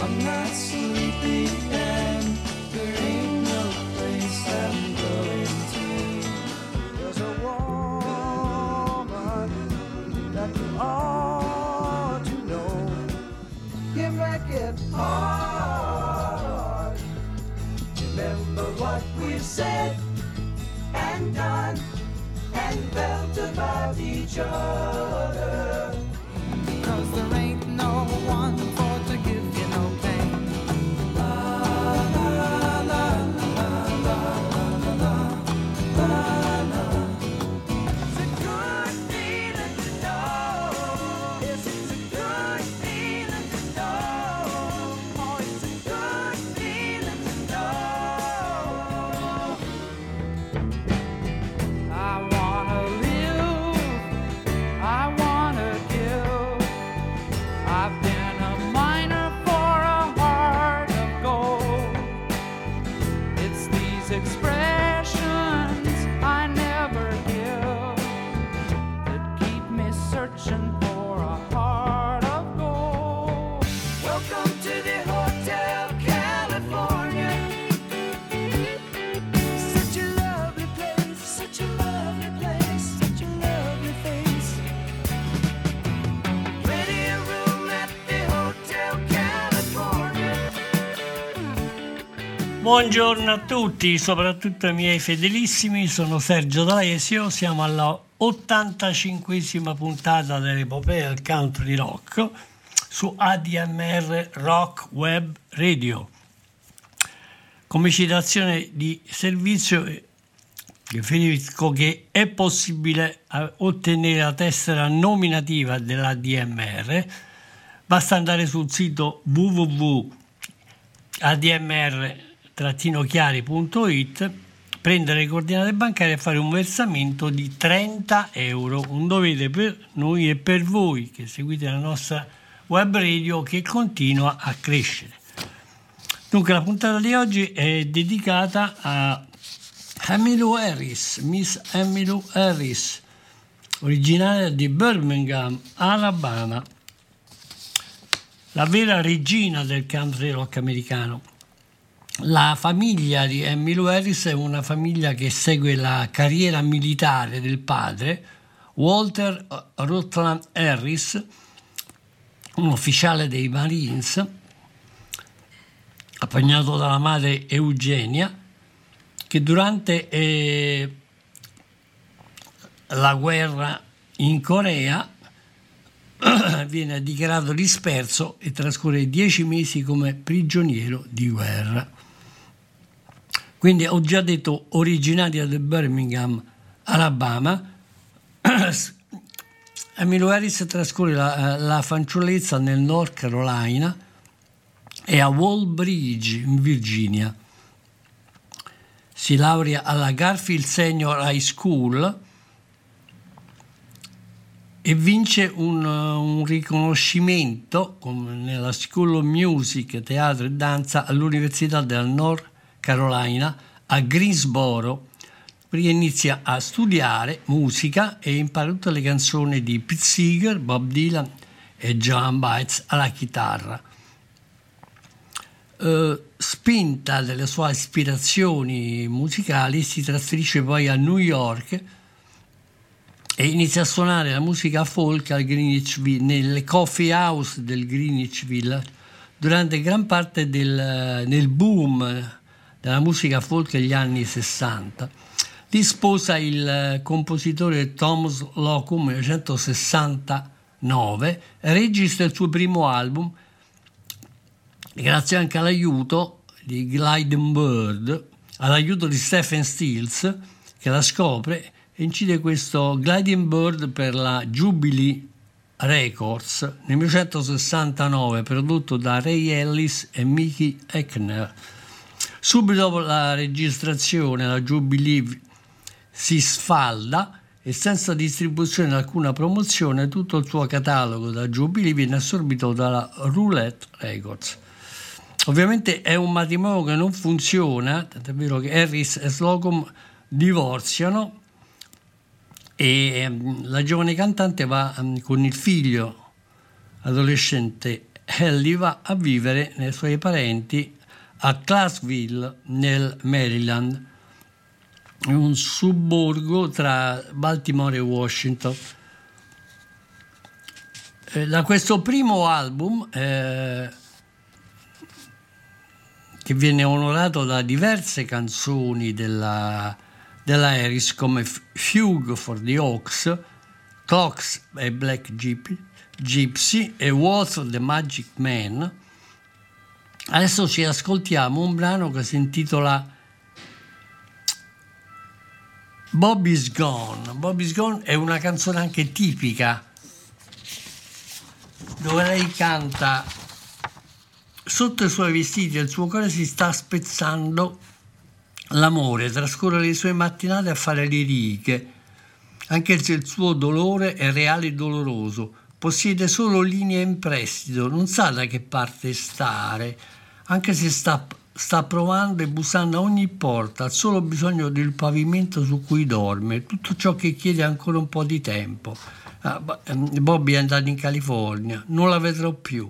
I'm not sleepy and there ain't no place I'm going to. There's a woman that you ought to know. You make it hard. Remember what we've said and done and felt about each other. 'Cause there ain't no one for to give you no pain. La la la la la la la la. It's a good feeling to know. Yes, it's a good feeling to know. Oh, it's a good feeling to know. I wanna live, I wanna give. I've been a miner for a heart of gold. It's these expressions I never give that keep me searching for a heart of gold. Welcome to the Hotel California. Such a lovely place, such a lovely place, such a lovely face. Ready a room at the Hotel California. Buongiorno a tutti, soprattutto ai miei fedelissimi, sono Sergio D'Alessio, siamo alla 85esima puntata dell'epopea del country rock su ADMR Rock Web Radio. Come citazione di servizio riferisco che è possibile ottenere la tessera nominativa dell'ADMR, basta andare sul sito www.admr-chiari.it, prendere le coordinate bancarie e fare un versamento di 30 euro, un dovere per noi e per voi che seguite la nostra web radio che continua a crescere. Dunque la puntata di oggi è dedicata a Emmylou Harris, Miss Emmylou Harris, originaria di Birmingham, Alabama, la vera regina del country rock americano. La famiglia di Emmylou Harris è una famiglia che segue la carriera militare del padre, Walter Rutland Harris, un ufficiale dei Marines, appagnato dalla madre Eugenia, che durante la guerra in Corea viene dichiarato disperso e trascorre 10 mesi come prigioniero di guerra. Quindi ho già detto originaria di Birmingham, Alabama. Emmylou Harris trascorre la fanciullezza nel North Carolina e a Walbridge in Virginia. Si laurea alla Garfield Senior High School e vince un riconoscimento nella School of Music, Teatro e Danza all'Università della North Carolina a Greensboro, perché inizia a studiare musica e impara tutte le canzoni di Pete Seeger, Bob Dylan e Joan Baez alla chitarra. Spinta dalle sue ispirazioni musicali, si trasferisce poi a New York e inizia a suonare la musica folk al nelle coffee house del Greenwich Village durante gran parte nel boom della musica folk degli anni 60. Lì sposa il compositore Thomas Locum nel 1969 e registra il suo primo album, grazie anche all'aiuto di Gliding Bird, all'aiuto di Stephen Stills, che la scopre e incide questo Gliding Bird per la Jubilee Records nel 1969, prodotto da Ray Ellis e Mickey Eckner. Subito dopo la registrazione la Jubilee si sfalda e senza distribuzione e alcuna promozione tutto il suo catalogo da Jubilee viene assorbito dalla Roulette Records. Ovviamente è un matrimonio che non funziona, tant'è vero che Harris e Slocum divorziano e la giovane cantante va con il figlio adolescente Ellie va a vivere nei suoi parenti a Clarksville, nel Maryland, un sobborgo tra Baltimore e Washington. Da questo primo album, che viene onorato da diverse canzoni della Harris, come Fugue for the Oaks, Clocks e Black Gypsy e Waltz of the Magic Man, adesso ci ascoltiamo un brano che si intitola Bobby's Gone. Bobby's Gone è una canzone anche tipica, dove lei canta: sotto i suoi vestiti il suo cuore si sta spezzando, l'amore trascorre le sue mattinate a fare le righe, anche se il suo dolore è reale e doloroso, possiede solo linee in prestito, non sa da che parte stare, anche se sta provando e bussando a ogni porta, ha solo bisogno del pavimento su cui dorme, tutto ciò che chiede è ancora un po' di tempo. Bobby è andato in California, non la vedrò più.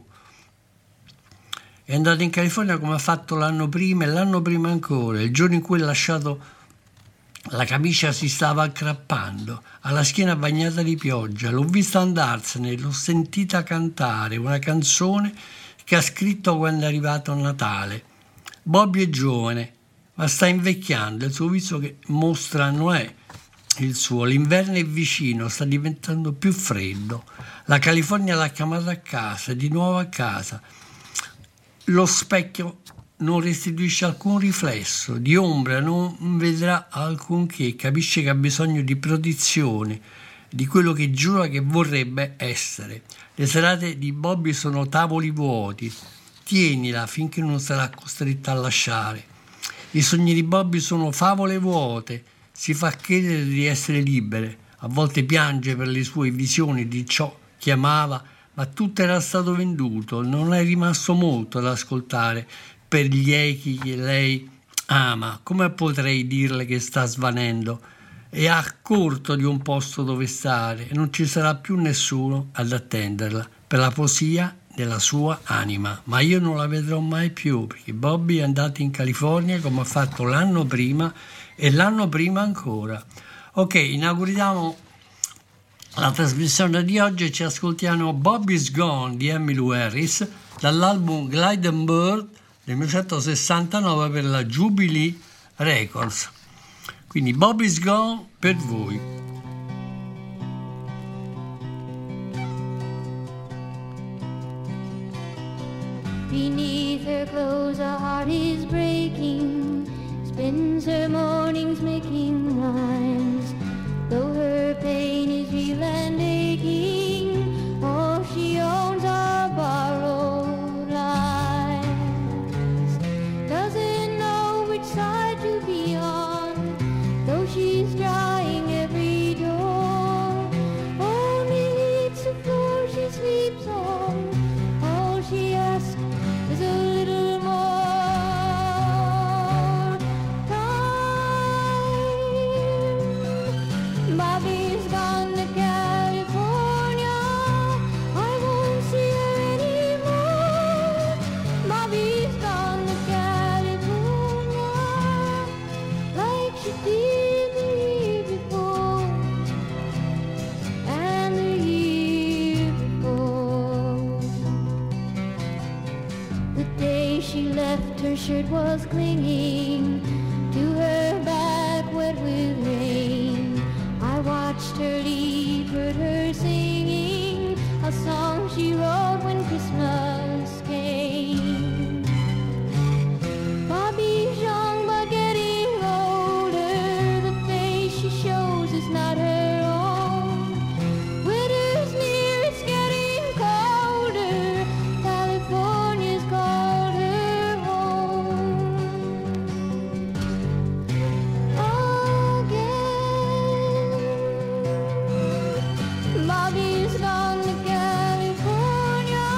È andato in California come ha fatto l'anno prima e l'anno prima ancora, il giorno in cui ha lasciato la camicia si stava accappando, ha la schiena bagnata di pioggia, l'ho vista andarsene, l'ho sentita cantare una canzone che ha scritto quando è arrivato a Natale. Bobby è giovane, ma sta invecchiando, il suo viso che mostra non è il suo, l'inverno è vicino, sta diventando più freddo, la California l'ha chiamata a casa, di nuovo a casa. Lo specchio non restituisce alcun riflesso, di ombra non vedrà alcunché, capisce che ha bisogno di protezione, di quello che giura che vorrebbe essere. Le serate di Bobby sono tavoli vuoti, tienila finché non sarà costretta a lasciare. I sogni di Bobby sono favole vuote, si fa credere di essere libere, a volte piange per le sue visioni di ciò che amava, ma tutto era stato venduto, non è rimasto molto da ascoltare per gli echi che lei ama. Come potrei dirle che sta svanendo? È a corto di un posto dove stare e non ci sarà più nessuno ad attenderla per la poesia della sua anima. Ma io non la vedrò mai più, perché Bobby è andato in California come ha fatto l'anno prima e l'anno prima ancora. Ok, inauguriamo la trasmissione di oggi e ci ascoltiamo Bobby's Gone di Emmylou Harris dall'album Glide and Bird del 1969 per la Jubilee Records. Quindi Bobby's Gone per voi. Beneath her clothes a heart is breaking, spends her mornings making rhymes, though her pain is real and aching, all she owns are borrowed lives. Doesn't know which side to be on, though she's trying every door. Only needs the floor she sleeps on, all she asks is a little more time. Bobby's gone to California, I won't see her anymore. Bobby's gone to California, like she did the year before, and the year before. The day she left, her shirt was clinging to her back, wet with rain. I watched her leave, heard her singing a song she wrote when Christmas came. Bobby's young but getting older, the face she shows is not her own. Winter's near, it's getting colder, California's called her home again. Bobby's gone to California,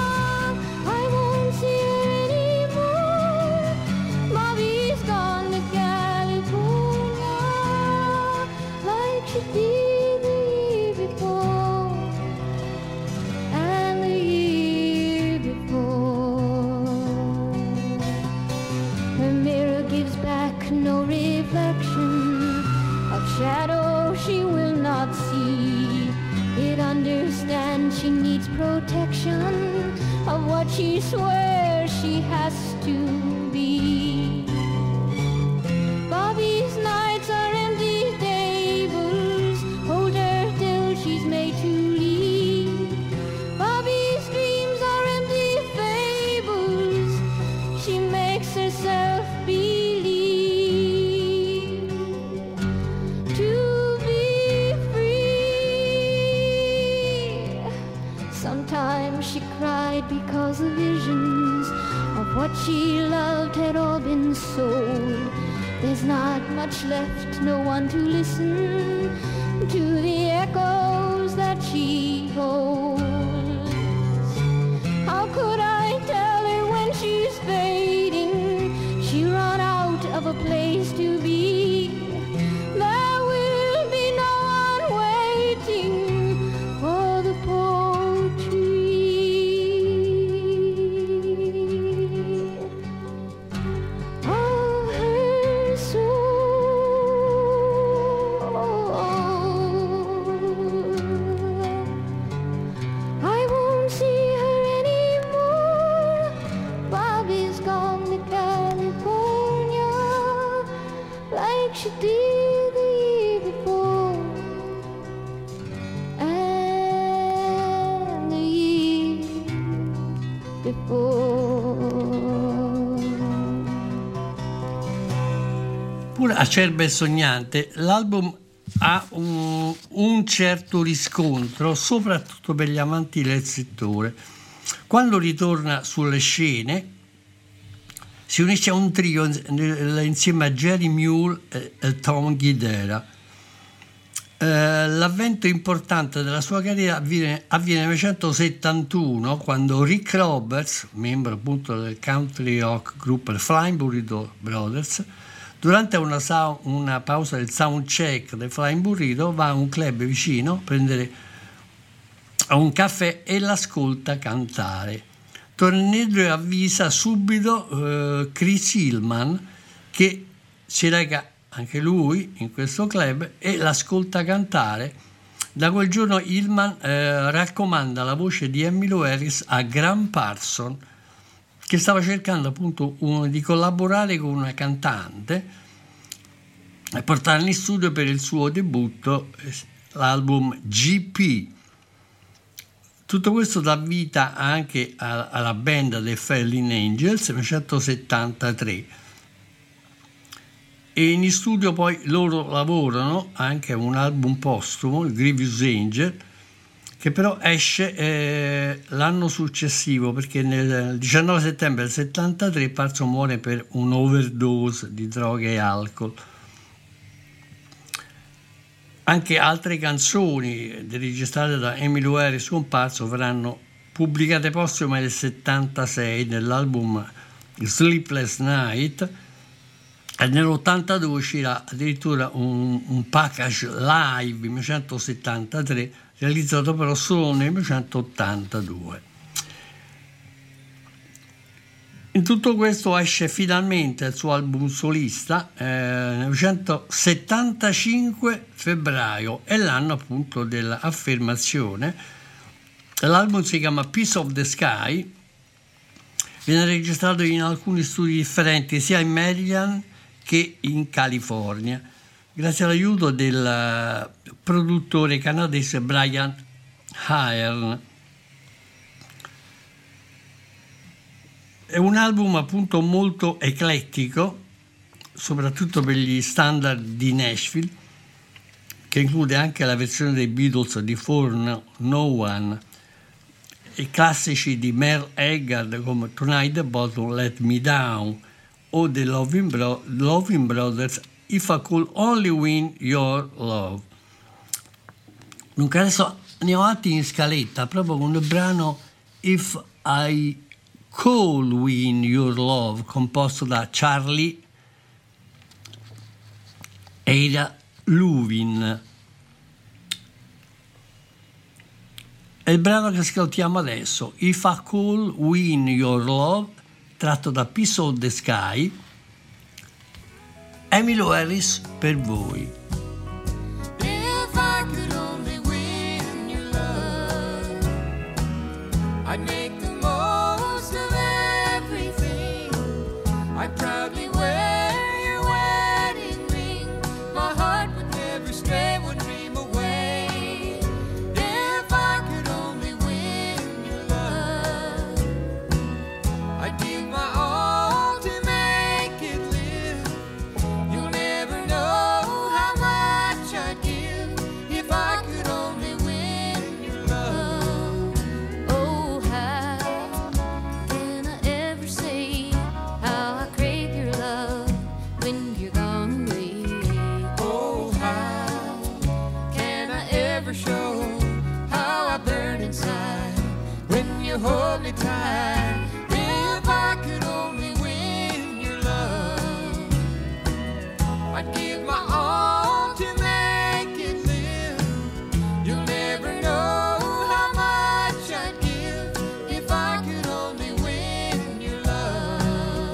shadow she will not see. It understands she needs protection of what she swears she has to be. Bobby's nights are empty tables, hold her till she's made to leave. Bobby's dreams are empty fables, she makes herself believe. To be free. Sometimes she cried because the visions of what she loved had all been sold. There's not much left, no one to listen to the echoes that she holds. How could I tell her when she's fading, she run out of a place to be? There will be no one waiting for the poetry of her soul. I won't see her anymore. Bobby's gone to California like she did the year before and the year before. Pure Acerba e Sognante, l'album ha un certo riscontro, soprattutto per gli amanti del settore. Quando ritorna sulle scene si unisce a un trio insieme a Jerry Mule e Tom Guidera. L'avvento importante della sua carriera avviene nel 1971, quando Rick Roberts, membro appunto del country rock gruppo Flying Burrito Brothers, durante una pausa del sound check del Flying Burrito va a un club vicino a prendere un caffè e l'ascolta cantare. Torna indietro e avvisa subito Chris Hillman, che si reca anche lui in questo club e l'ascolta cantare. Da quel giorno Hillman raccomanda la voce di Emmylou Harris a Graham Parsons, che stava cercando appunto di collaborare con una cantante e portarla in studio per il suo debutto, l'album GP. Tutto questo dà vita anche alla band dei Fallen Angels nel 1973, e in studio poi loro lavorano anche a un album postumo, il Grievous Angel, che però esce l'anno successivo, perché nel 19 settembre del 73 Parsons muore per un'overdose di droghe e alcol. Anche altre canzoni registrate da Emmylou Harris con Parsons verranno pubblicate postume nel 76 nell'album Sleepless Night, e nell'82 uscirà addirittura un package live in 1973, realizzato però solo nel 1982. In tutto questo esce finalmente il suo album solista nel 1975 febbraio, è l'anno appunto dell'affermazione. L'album si chiama Piece of the Sky, viene registrato in alcuni studi differenti sia in Maryland che in California, grazie all'aiuto del produttore canadese Brian Aherne. È un album appunto molto eclettico, soprattutto per gli standard di Nashville, che include anche la versione dei Beatles di For No One, i classici di Merle Haggard come Tonight the Bottle Let Me Down o dei Loving Brothers If I Could Only Win Your Love. Dunque adesso andiamo avanti in scaletta proprio con il brano If I Could Win Your Love, composto da Charlie Ada Luvin. È il brano che ascoltiamo adesso, If I Could Win Your Love, tratto da Piece of the Sky. Emmylou Harris per voi. I'd proudly wear your wedding ring. My heart would never stray one dream away. If I could only win your love, I'd give my all to make it live. You'll never know how much I'd give if I could only win your love. Oh, how can I ever say how I crave your love when you're gone away? Oh, how can I ever show how I burn inside when you hold me tight? If I could only win your love, I'd give my all to make it live. You'll never know how much I'd give if I could only win your love.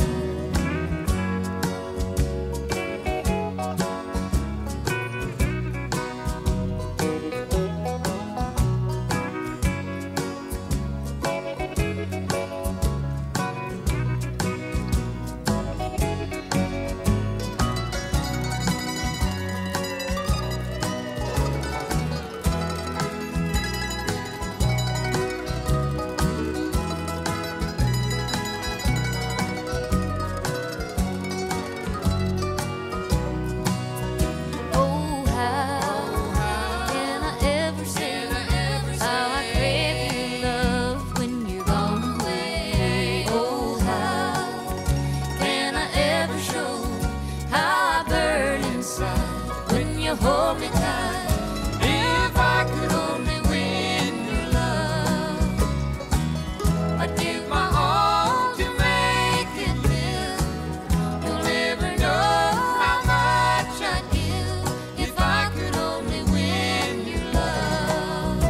Oh, how can I ever say how I crave your love when you're gone away? Oh, how can I ever show how I burn inside when you hold me tight? If I could only win your love, I'd give my all to make it live. You'll never know how much I'd give if I could only win your love.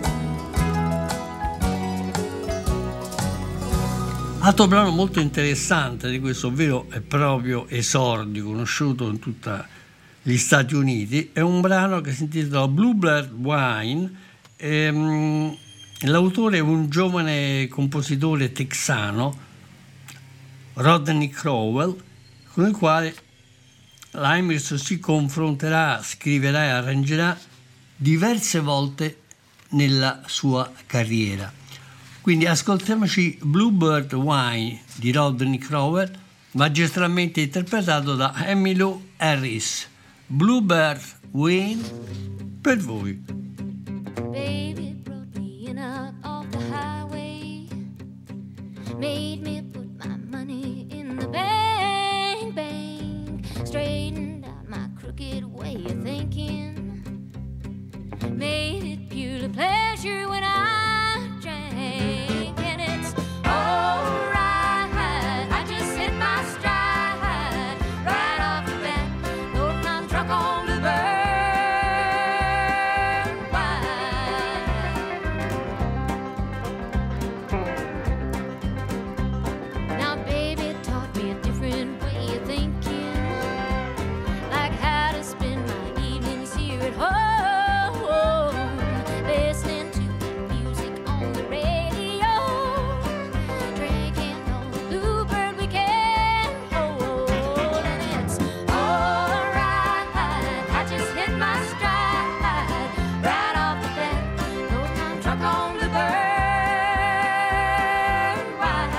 Altro brano molto interessante di questo vero e proprio esordio conosciuto in tutti gli Stati Uniti è un brano che si intitola Bluebird Wine. L'autore è un giovane compositore texano, Rodney Crowell, con il quale l'Imerson si confronterà, scriverà e arrangerà diverse volte nella sua carriera. Quindi ascoltiamoci Bluebird Wine di Rodney Crowell, magistralmente interpretato da Emmylou Harris. Bluebird Wine per voi. Baby brought me in out off the highway, made me put my money in the bank, straightened out my crooked way of thinking, made it purely pleasure when I drank, and it's alright. I just hit my stride right off the bat, loading I'm drunk on the bird wine. Now baby taught me a different way of thinking, like how to spend my evenings here at home, listening to the music on the radio, drinking on the Bluebird weekend hold, and it's alright. I just hit my stride right off the bat, no time drunk on the bird wine.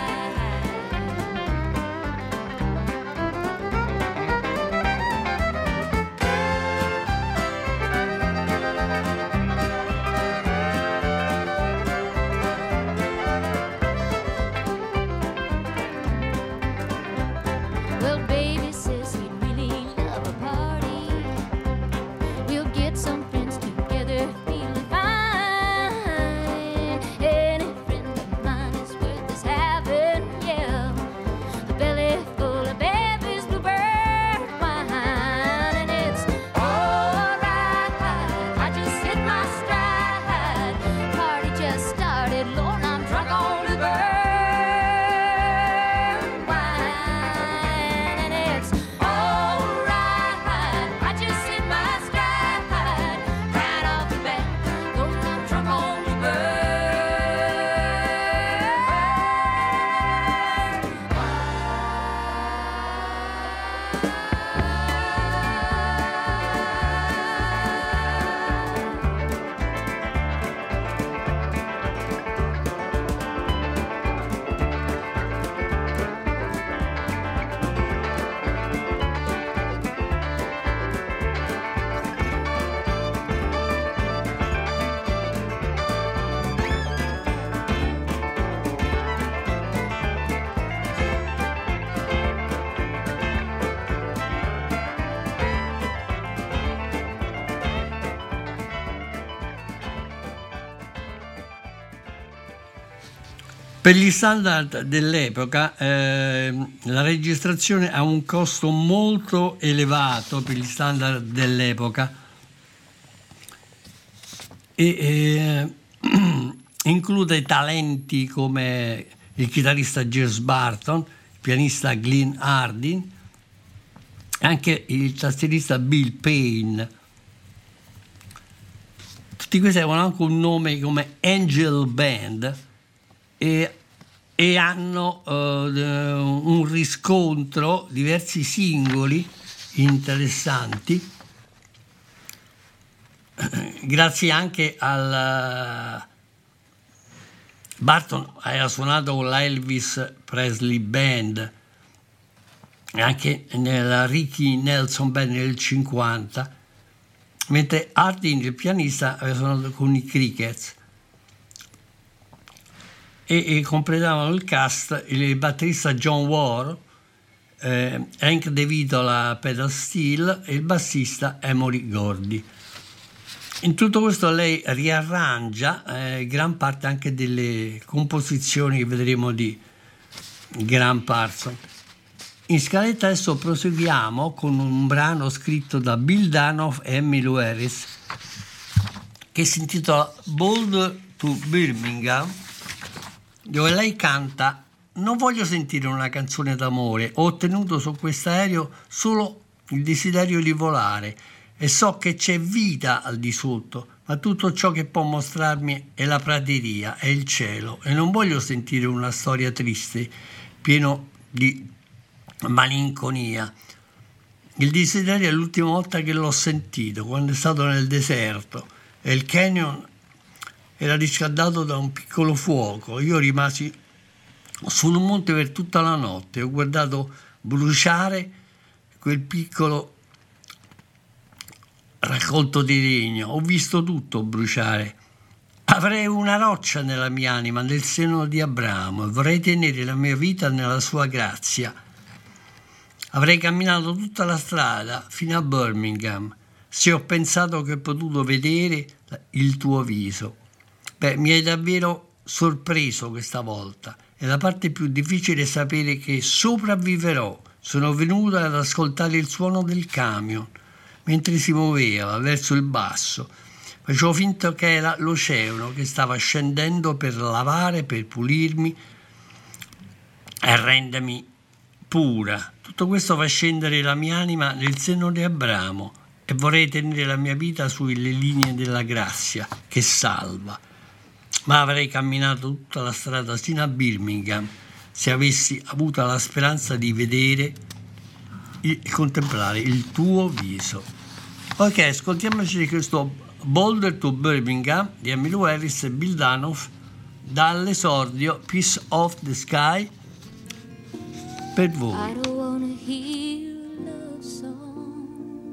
Well, baby says he'd really love a party. We'll get some friends together, feeling fine. Any friend of mine is worth his having, yeah. A belly full of baby's Bluebird wine, and it's alright. I just hit my stride. Party just started, Lord, I'm drunk on the bird wine, and Per gli standard dell'epoca la registrazione ha un costo molto elevato per gli standard dell'epoca e include talenti come il chitarrista Jess Barton, il pianista Glenn Hardin e anche il tastierista Bill Payne. Tutti questi avevano anche un nome come Angel Band e hanno un riscontro, diversi singoli interessanti, grazie anche al Barton aveva suonato con la Elvis Presley Band e anche nella Ricky Nelson Band nel 50, mentre Hardin, il pianista, aveva suonato con i Crickets. E completavano il cast il batterista John Ward, Hank DeVito alla pedal steel e il bassista Emory Gordy. In tutto questo lei riarrangia gran parte anche delle composizioni che vedremo di Graham Parsons. In scaletta adesso proseguiamo con un brano scritto da Bill Danoff e Emmylou Harris che si intitola Boulder to Birmingham, dove lei canta: non voglio sentire una canzone d'amore, ho ottenuto su quest'aereo solo il desiderio di volare e so che c'è vita al di sotto, ma tutto ciò che può mostrarmi è la prateria, è il cielo, e non voglio sentire una storia triste, pieno di malinconia. Il desiderio è l'ultima volta che l'ho sentito, quando è stato nel deserto e il canyon era riscaldato da un piccolo fuoco. Io rimasi sul monte per tutta la notte e ho guardato bruciare quel piccolo raccolto di legno, ho visto tutto bruciare. Avrei una roccia nella mia anima, nel seno di Abramo, e vorrei tenere la mia vita nella sua grazia. Avrei camminato tutta la strada fino a Birmingham, se ho pensato che ho potuto vedere il tuo viso. Beh, mi hai davvero sorpreso questa volta, e la parte più difficile è sapere che sopravviverò. Sono venuta ad ascoltare il suono del camion mentre si muoveva verso il basso. Facevo finta che era l'oceano che stava scendendo per lavare, per pulirmi e rendermi pura. Tutto questo fa scendere la mia anima nel seno di Abramo e vorrei tenere la mia vita sulle linee della grazia che salva. Ma avrei camminato tutta la strada sino a Birmingham se avessi avuto la speranza di vedere e contemplare il tuo viso. Ok, ascoltiamoci questo Boulder to Birmingham di Emmylou Harris e Bill Danoff dall'esordio Piece of the Sky per voi. I don't wanna hear a love song.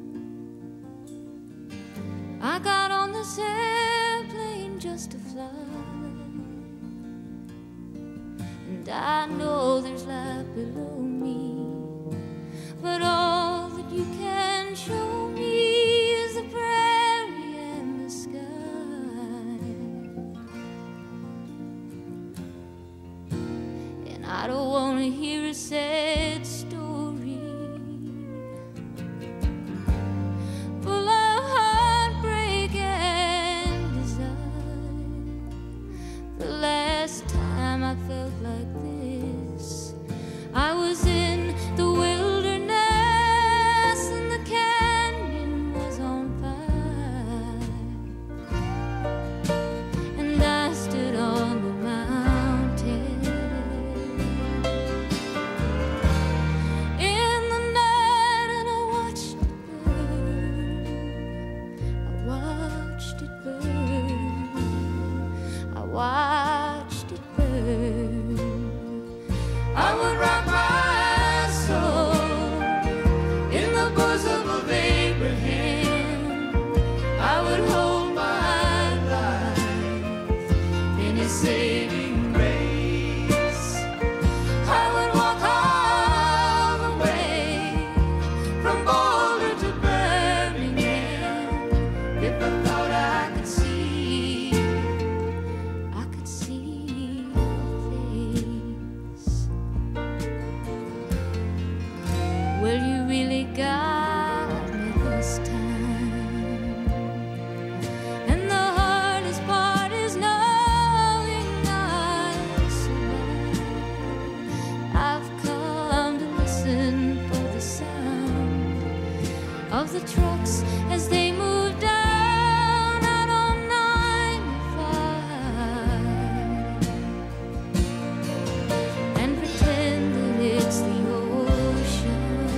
I got on this airplane just to fly, and I know there's life below me, but all that you can show me is the prairie and the sky. And I don't want to hear a sad story full of heartbreak and desire. The last time I felt like this, I was got me this time. And the hardest part is knowing I survived. I've come to listen for the sound of the trucks as they move down out on 95 and pretend that it's the ocean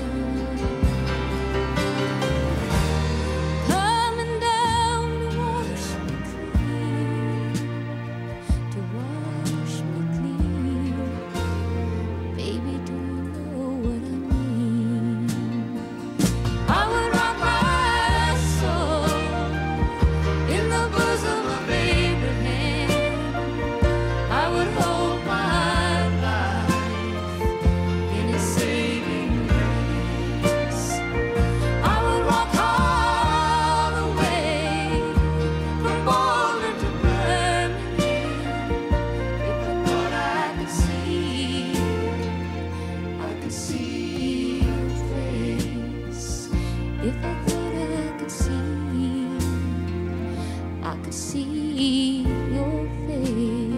coming down to wash me clean, to wash me clean. Baby, do you know what I mean? I would rock my soul in the bosom of Abraham. I would hold my life in His saving grace. I would walk all the way from Boulder to Birmingham if I thought I could see your face. If I thought I could see your face.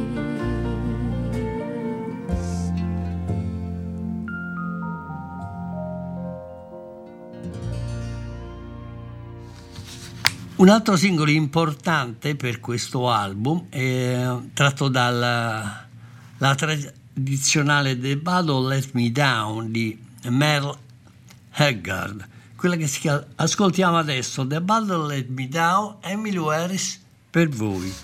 Un altro singolo importante per questo album è tratto dalla tradizionale The Battle Let Me Down di Merle Haggard, quella che ascoltiamo adesso, The Battle Let Me Down, Emmylou Harris per voi.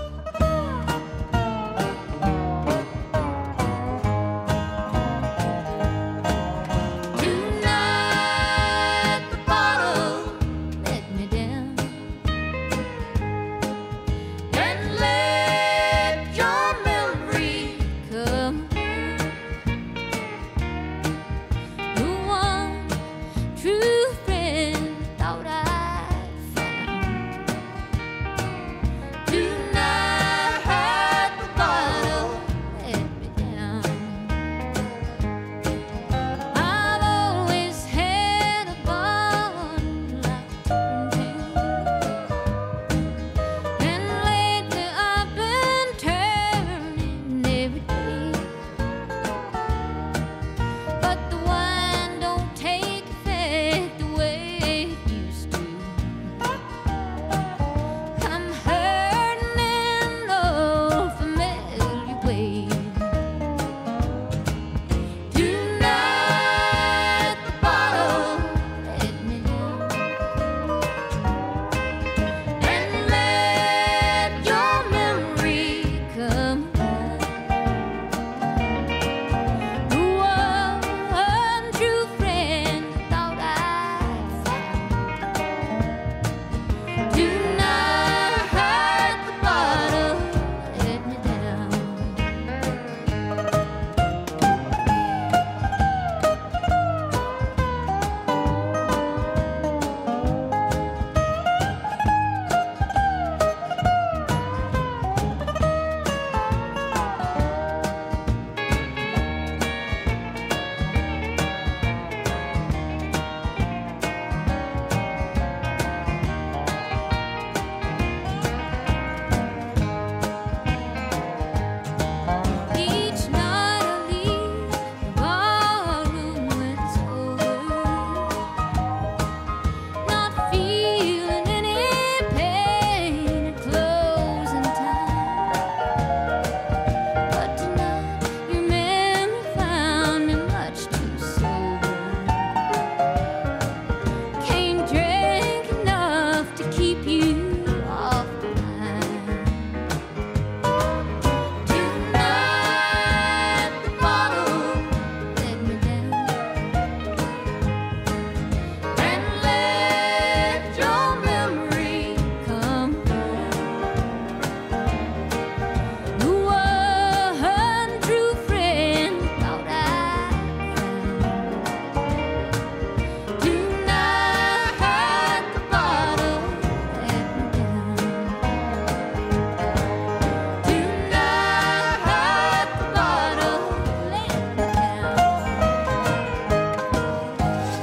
Tonight the bottle let me down, and let your memory come home. The one true friend thought I'd found. Tonight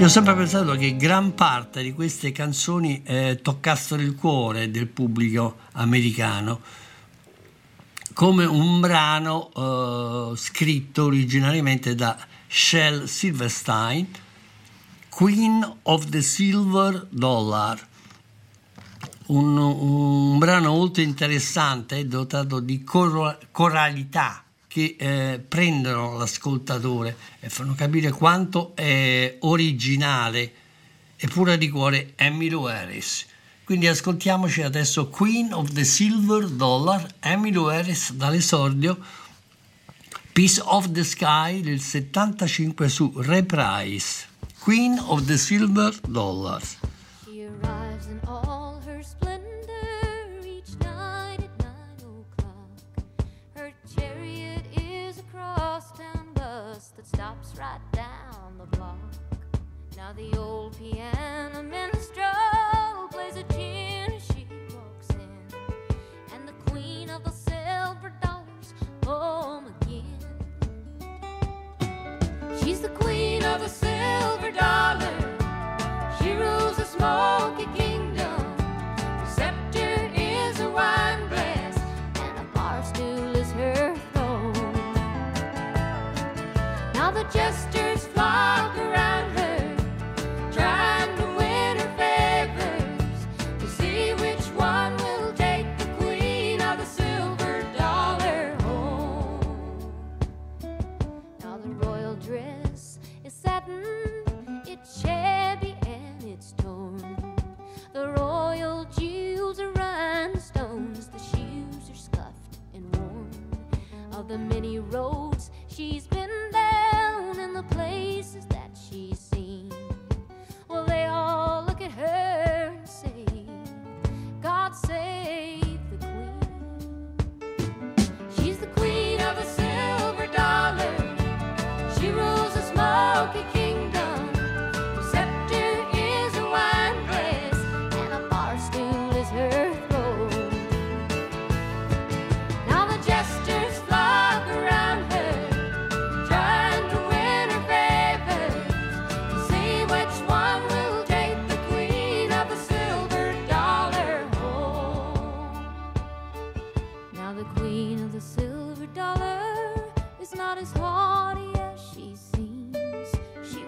Io ho sempre pensato che gran parte di queste canzoni toccassero il cuore del pubblico americano, come un brano scritto originariamente da Shel Silverstein, Queen of the Silver Dollar, un brano molto interessante, dotato di coralità che prendono l'ascoltatore e fanno capire quanto è originale e pura di cuore Emmylou Harris. Quindi ascoltiamoci adesso Queen of the Silver Dollar, Emmylou Harris dall'esordio Piece of the Sky del 75 su Reprise. Queen of the Silver Dollar. She arrives in all her splendor each night at 9 o'clock. Her chariot is a crosstown bus that stops right down the block. Now the old piano minstrel plays a tune as she walks in, and the queen of the silver dollars home again. She's the queen of the silver dollar. She rules a smoky kingdom. Her scepter is a wine glass, and a bar stool is her throne. Now the jesters flock around her, trying to win her favors, to see which one will take the queen of the silver dollar home. Now the royal dress is satin, it's shabby and it's torn. The royal jewels are rhinestones, the shoes are scuffed and worn. Of the many roads she's been down and the places that she's seen, well, they all look at her and say, God save the queen. She's the queen of the silver dollar. She rules a smoky kingdom. Her scepter is a wine glass, and a bar stool is her throne. Now the jesters flock around her, trying to win her favor, to see which one will take the queen of the silver dollar home. Now the queen of the silver dollar is not as haughty as she seems. She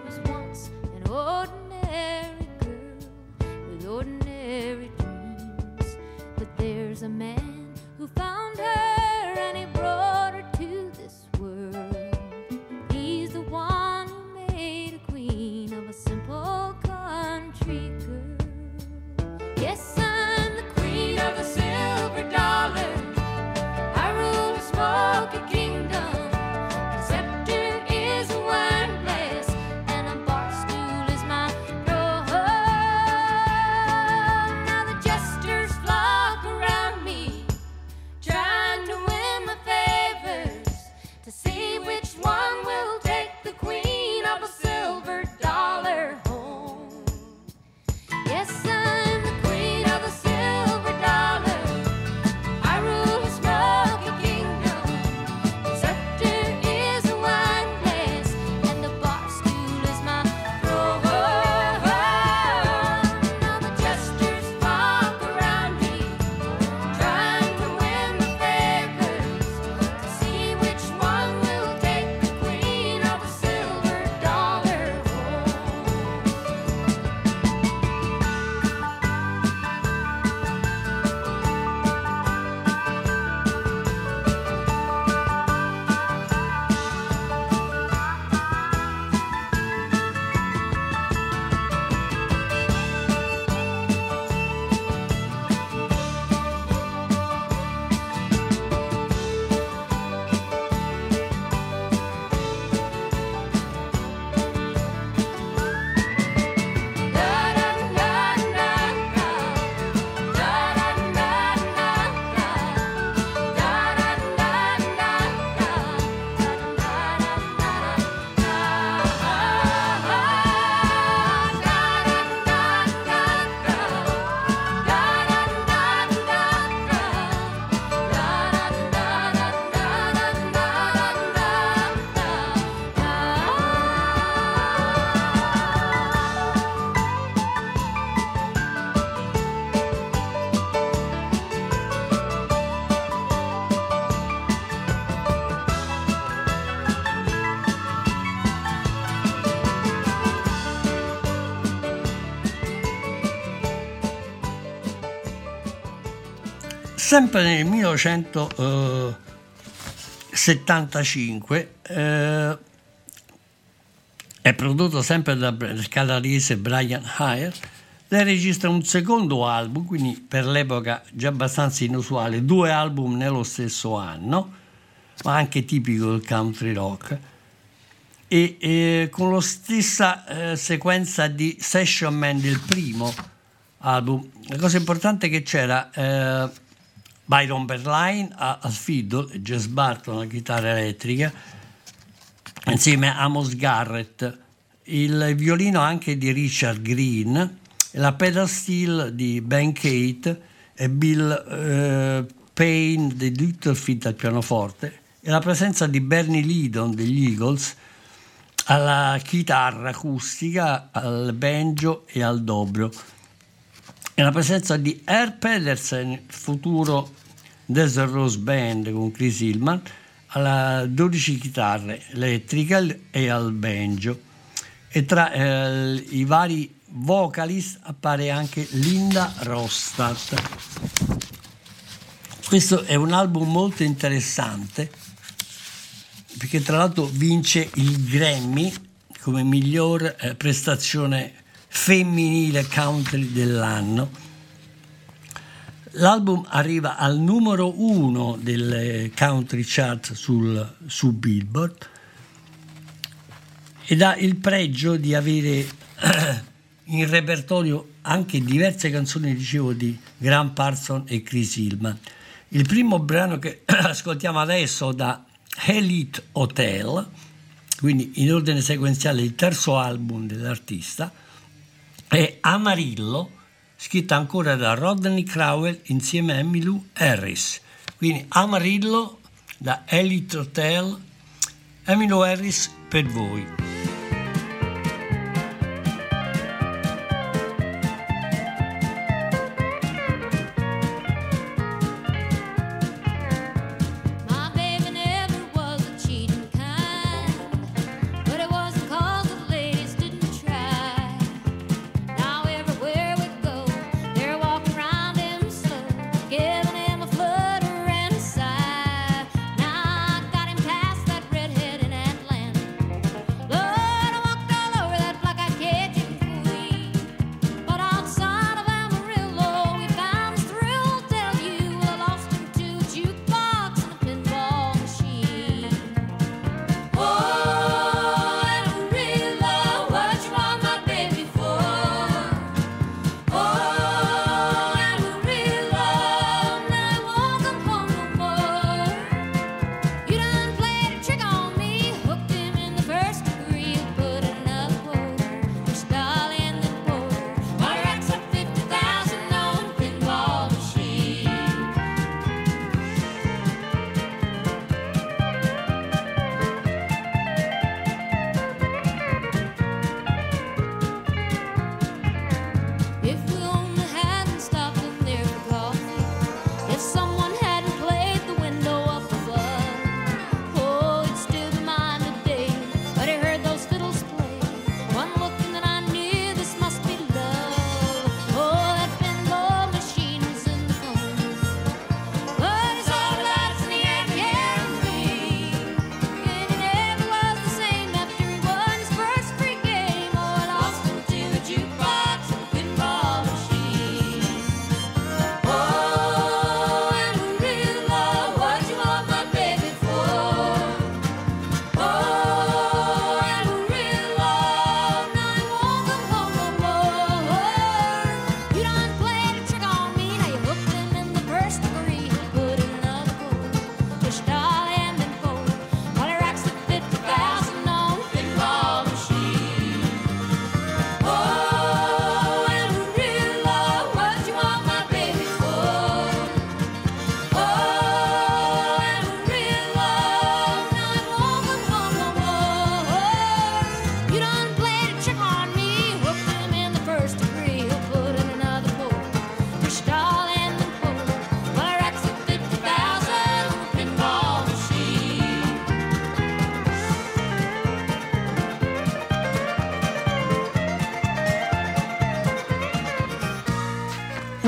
Sempre nel 1975 è prodotto sempre dal canadese Brian Hire. Lei registra un secondo album, quindi per l'epoca già abbastanza inusuale, 2 album nello stesso anno, ma anche tipico del country rock, e con la stessa sequenza di Session Man del primo album. La cosa importante è che c'era Byron Berline al fiddle e Jess Barton alla chitarra elettrica, insieme a Amos Garrett, il violino anche di Richard Green, la pedal steel di Ben Kate e Bill Payne dei Littlefield al pianoforte, e la presenza di Bernie Lydon degli Eagles alla chitarra acustica, al banjo e al dobro, e la presenza di Herb Pedersen, futuro Desert Rose Band con Chris Hillman, alla 12 chitarre elettriche e al banjo, e tra i vari vocalist appare anche Linda Ronstadt. Questo è un album molto interessante perché tra l'altro vince il Grammy come miglior prestazione femminile country dell'anno. L'album arriva al numero 1 del country chart su Billboard ed ha il pregio di avere in repertorio anche diverse canzoni, dicevo, di Graham Parsons e Chris Hillman. Il primo brano che ascoltiamo adesso da Elite Hotel, quindi in ordine sequenziale il terzo album dell'artista, è Amarillo, scritta ancora da Rodney Crowell insieme a Emmylou Harris. Quindi Amarillo da Elite Hotel, Emmylou Harris per voi. Love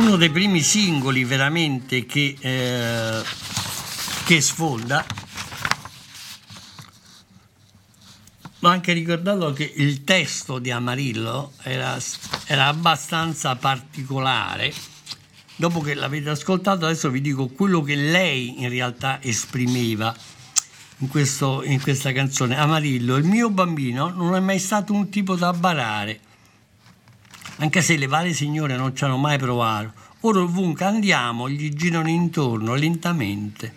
uno dei primi singoli veramente che sfonda. Ma anche ricordato che il testo di Amarillo era abbastanza particolare. Dopo che l'avete ascoltato, adesso vi dico quello che lei in realtà esprimeva in questa canzone. Amarillo, il mio bambino non è mai stato un tipo da barare, anche se le varie signore non ci hanno mai provato. Ora ovunque andiamo gli girano intorno lentamente.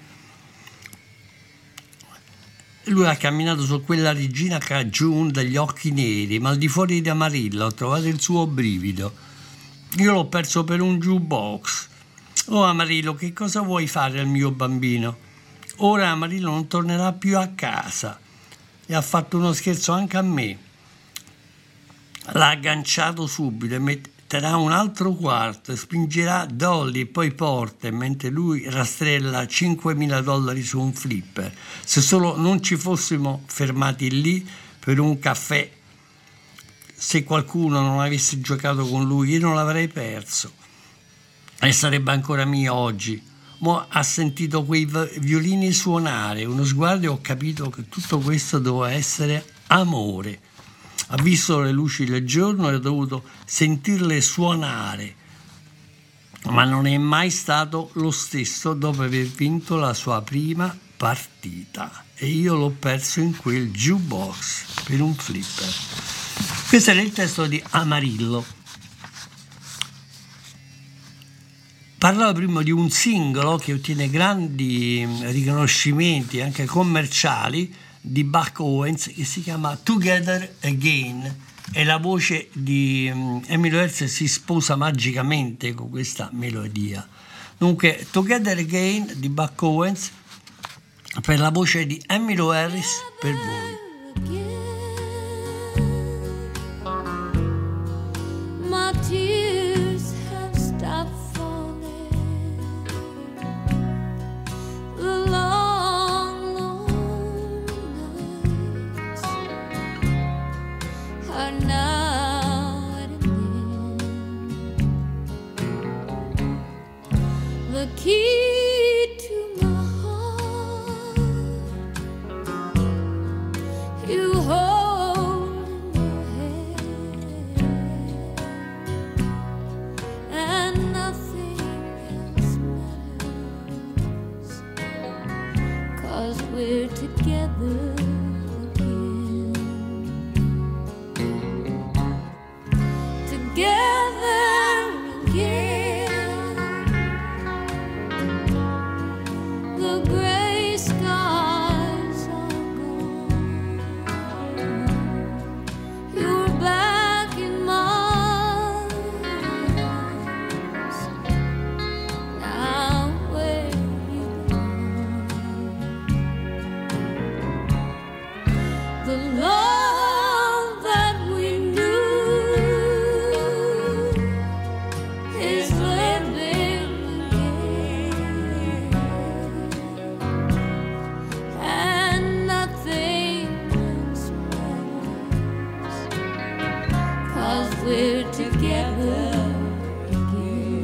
Lui ha camminato su quella regina cagiun dagli occhi neri, ma al di fuori di Amarillo ho trovato il suo brivido. Io l'ho perso per un jukebox. Oh Amarillo, che cosa vuoi fare al mio bambino? Ora Amarillo non tornerà più a casa. E ha fatto uno scherzo anche a me. L'ha agganciato subito e metterà un altro quarto e spingerà Dolly e poi porte mentre lui rastrella $5.000 su un flipper. Se solo non ci fossimo fermati lì per un caffè, se qualcuno non avesse giocato con lui, io non l'avrei perso e sarebbe ancora mio oggi. Mo ha sentito quei violini suonare, uno sguardo e ho capito che tutto questo doveva essere amore. Ha visto le luci del giorno e ha dovuto sentirle suonare, ma non è mai stato lo stesso dopo aver vinto la sua prima partita e io l'ho perso in quel jukebox per un flipper. Questo era il testo di Amarillo. Parlavo prima di un singolo che ottiene grandi riconoscimenti anche commerciali di Buck Owens, che si chiama Together Again, e la voce di Emmylou Harris si sposa magicamente con questa melodia. Dunque Together Again di Buck Owens per la voce di Emmylou Harris per voi. Key to my heart, you hold in your hand, and nothing else matters, 'cause we're together again, together again. The gray skies are gone. You're back in my arms. Now where you gone? The love that we knew is living again. And nothing else matters, 'cause we're together again.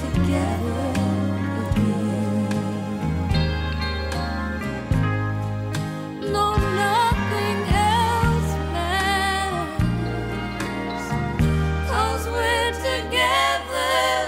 together again. No, nothing else matters, 'cause we're together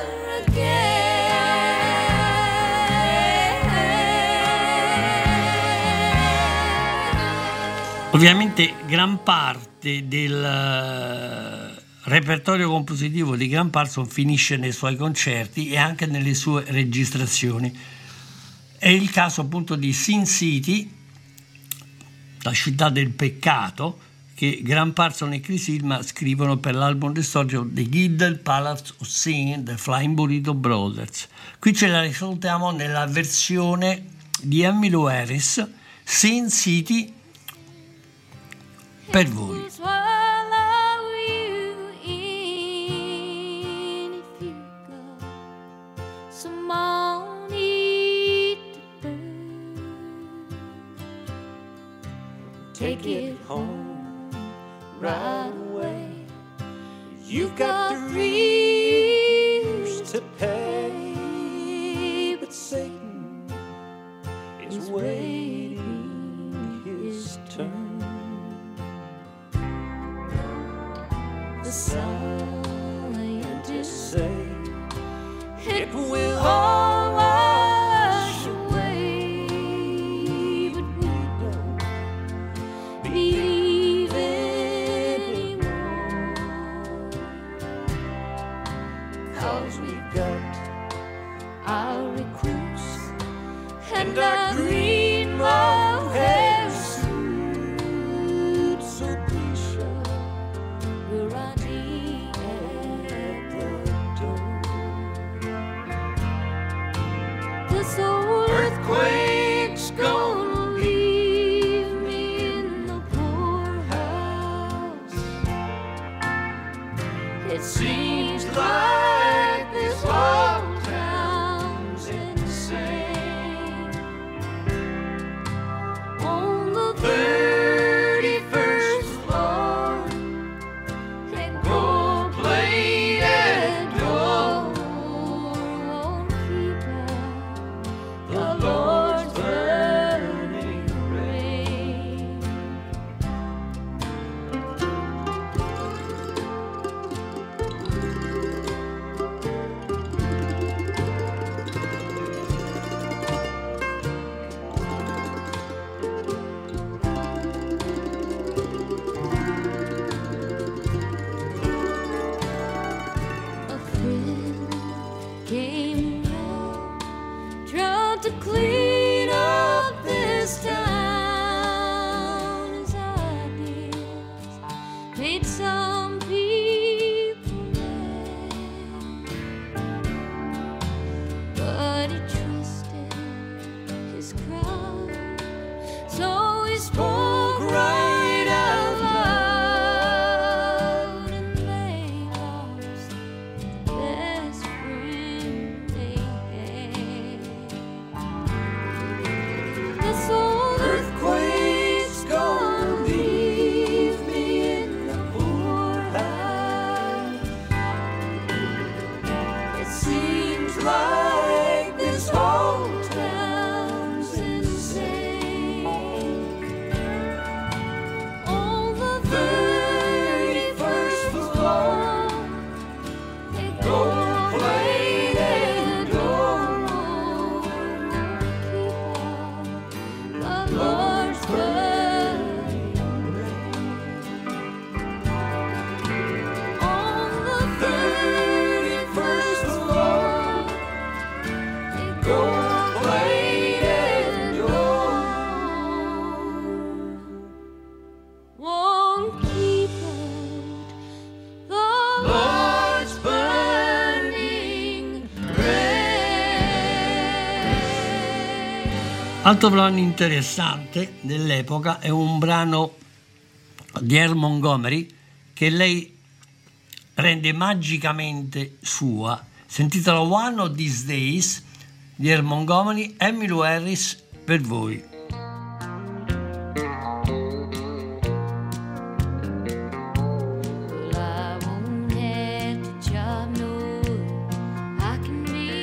again. Ovviamente gran parte del repertorio compositivo di Graham Parsons finisce nei suoi concerti e anche nelle sue registrazioni. È il caso appunto di Sin City, la città del peccato, che Graham Parsons e Chris Hillman scrivono per l'album d'esordio The Girdle Palace of Sin, The Flying Burrito Brothers. Qui ce la riascoltiamo nella versione di Emmylou Harris, Sin City, per voi. Take it home right away. You've got 3 years to pay, but Satan is waiting his turn. The scientists say it will all wash away, but we don't believe anymore, 'cause we've got our recruits and our green mohair suits, so be sure we're ready at the door. This old earthquake's gonna leave me in the poorhouse. It seems like this whole town's insane. On the 31st floor, a gold-plated door won't keep out the Lord's burning rain. A friend came around, tried to clean up this town. His ideas made some people mad, but he trusted his crowd, so he spoke right out loud, and they lost the best friend they had. This old earthquake's gonna leave me in the poorhouse. It seems like this whole town's insane. On the 31st floor, a gold-plated door won't keep out the Lord's burning rain. On the 31st floor, a gold-plated door won't keep out the Lord's burning rain. Altro brano interessante dell'epoca è un brano di Earl Montgomery che lei rende magicamente sua. Si intitola One of These Days di Earl Montgomery, Emmylou Harris per voi. Well, I won't have to chop no wood. I can be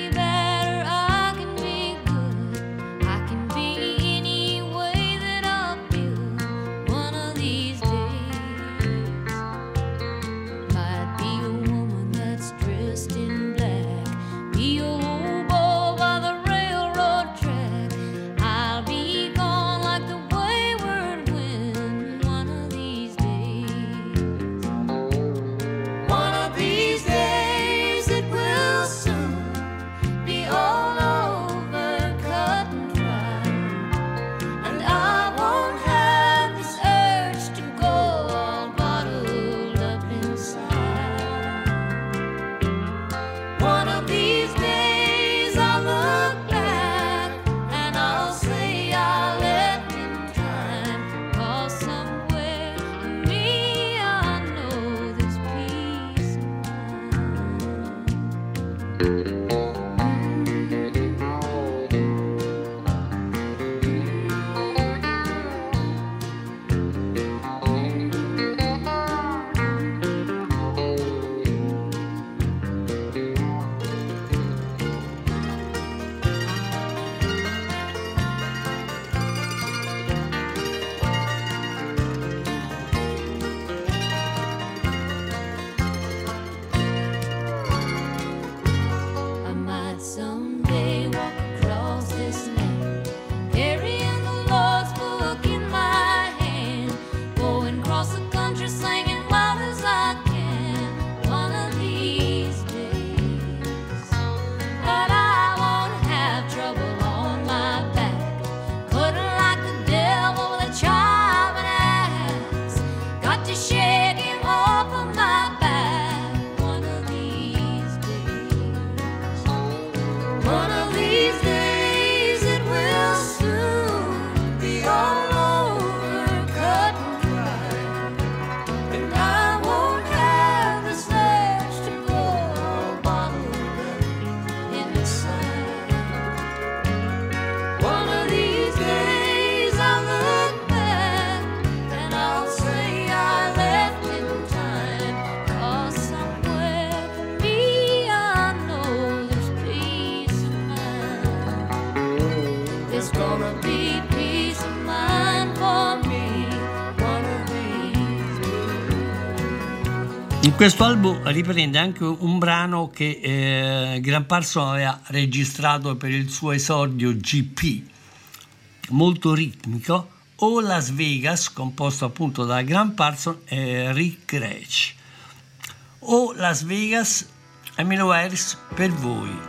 It's gonna be peace of mind for me one of these days. In questo album riprende anche un brano che Graham Parsons aveva registrato per il suo esordio GP, molto ritmico, O Las Vegas, composto appunto da Graham Parsons e Rick Grech. O Las Vegas, Emmylou Harris per voi.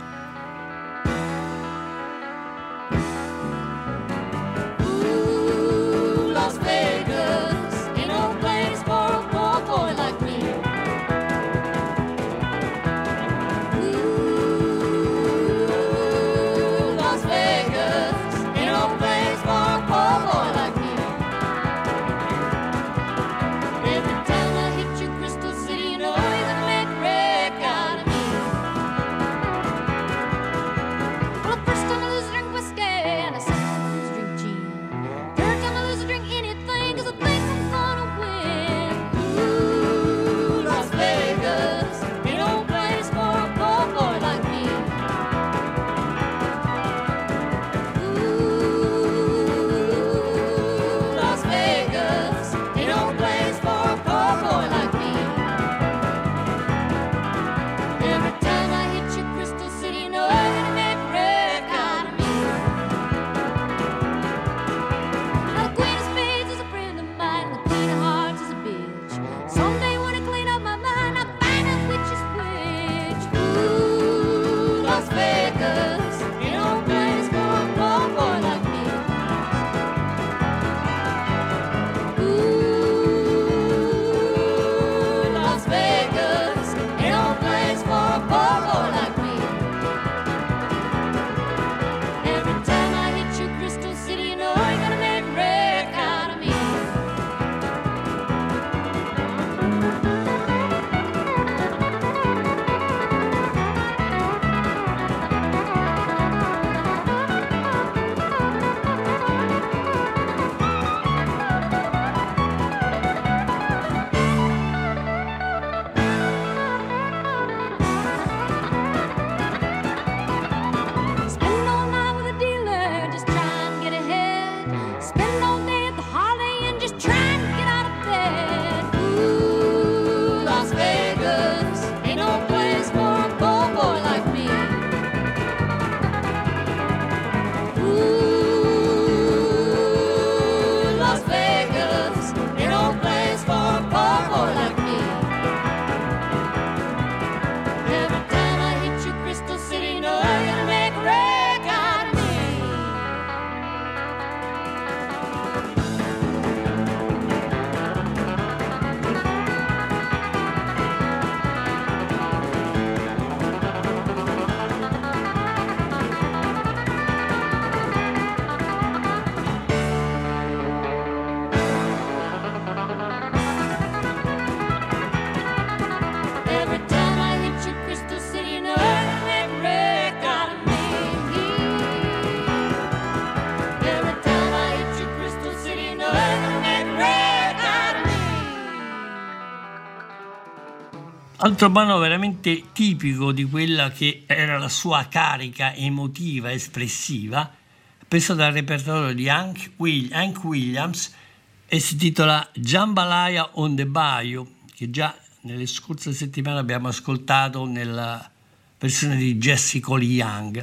Altro brano veramente tipico di quella che era la sua carica emotiva, espressiva, preso dal repertorio di Hank Williams e si intitola Jambalaya on the Bayou, che già nelle scorse settimane abbiamo ascoltato nella versione di Jesse Coley Young.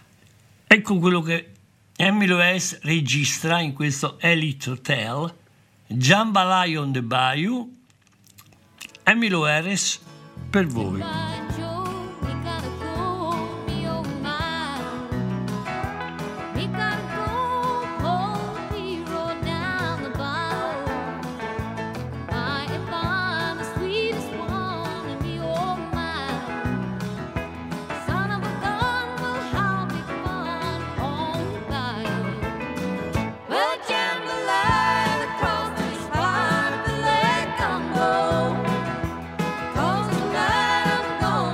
Ecco quello che Emmylou Harris registra in questo Elite Hotel, Jambalaya on the Bayou, Emmylou Harris per voi. Gonna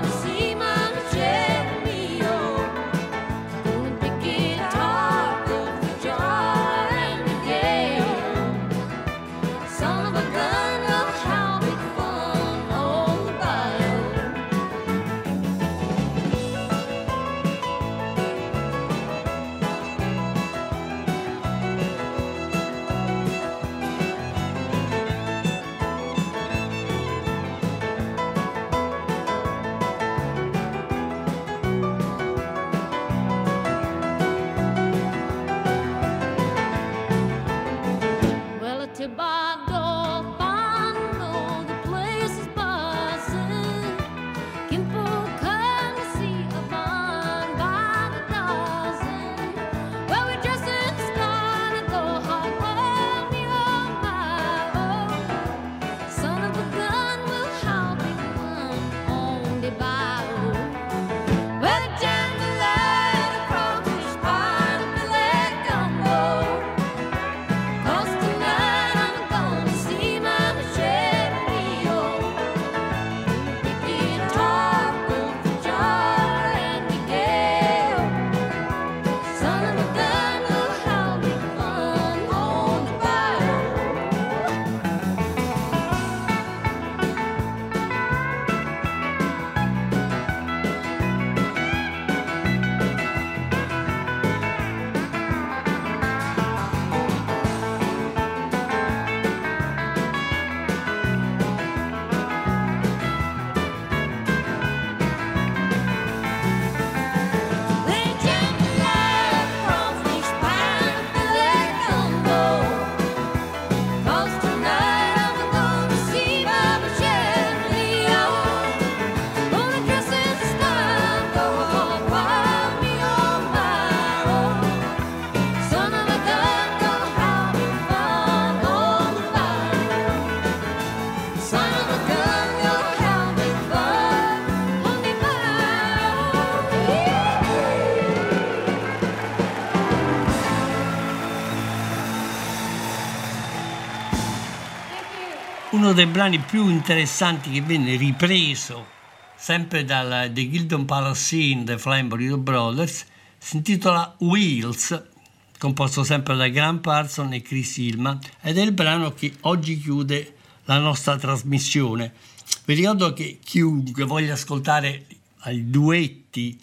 uno dei brani più interessanti che venne ripreso sempre dal The Gildon Palace Scene dei Flying Burrito Brothers si intitola Wheels, composto sempre da Graham Parsons e Chris Hillman, ed è il brano che oggi chiude la nostra trasmissione. Vi ricordo che chiunque voglia ascoltare i duetti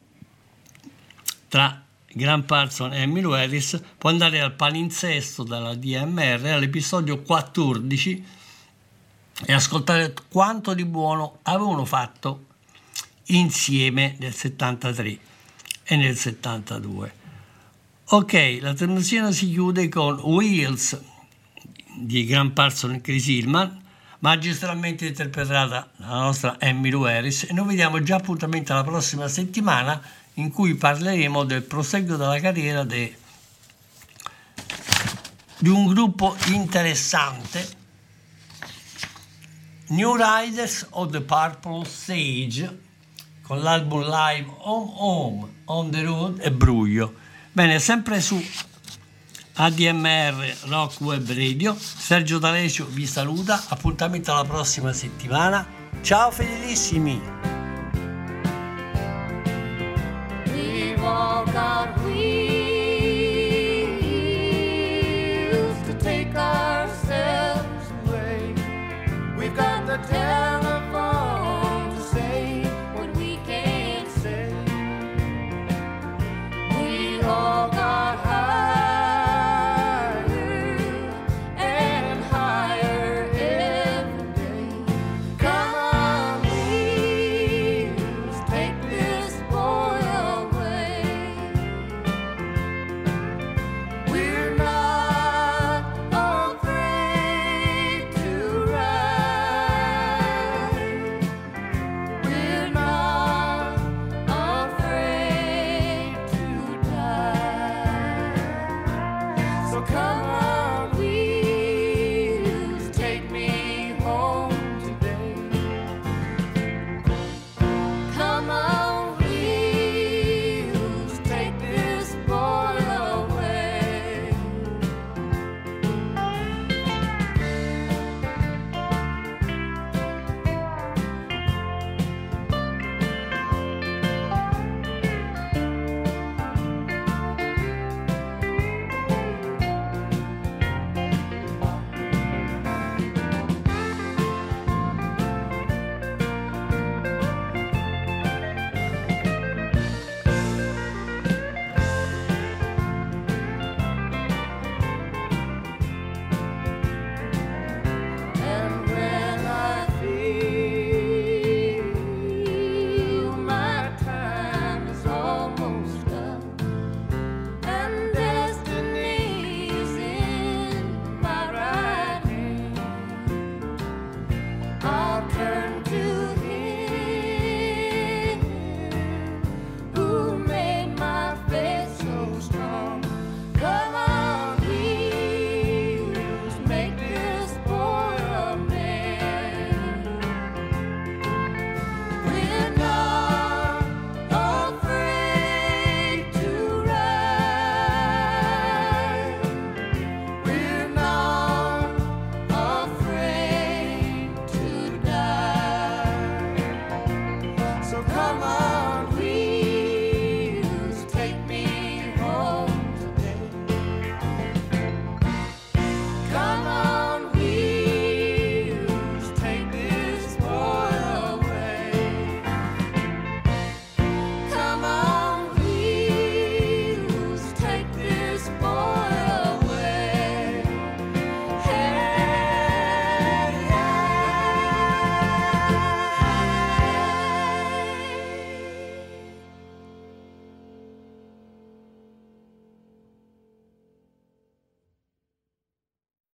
tra Graham Parsons e Emmylou Harris può andare al palinsesto dalla DMR all'episodio 14 e ascoltare quanto di buono avevano fatto insieme nel 73 e nel 72. Ok, la trasmissione si chiude con Wheels di Graham Parsons e Chris Hillman, magistralmente interpretata dalla nostra Emmylou Harris, e noi vediamo già appuntamento alla prossima settimana in cui parleremo del proseguo della carriera di un gruppo interessante, New Riders of the Purple Sage, con l'album live Home Home, On the Road e Bruglio. Bene, sempre su ADMR Rock Web Radio, Sergio D'Alessio vi saluta, appuntamento alla prossima settimana, ciao fedelissimi!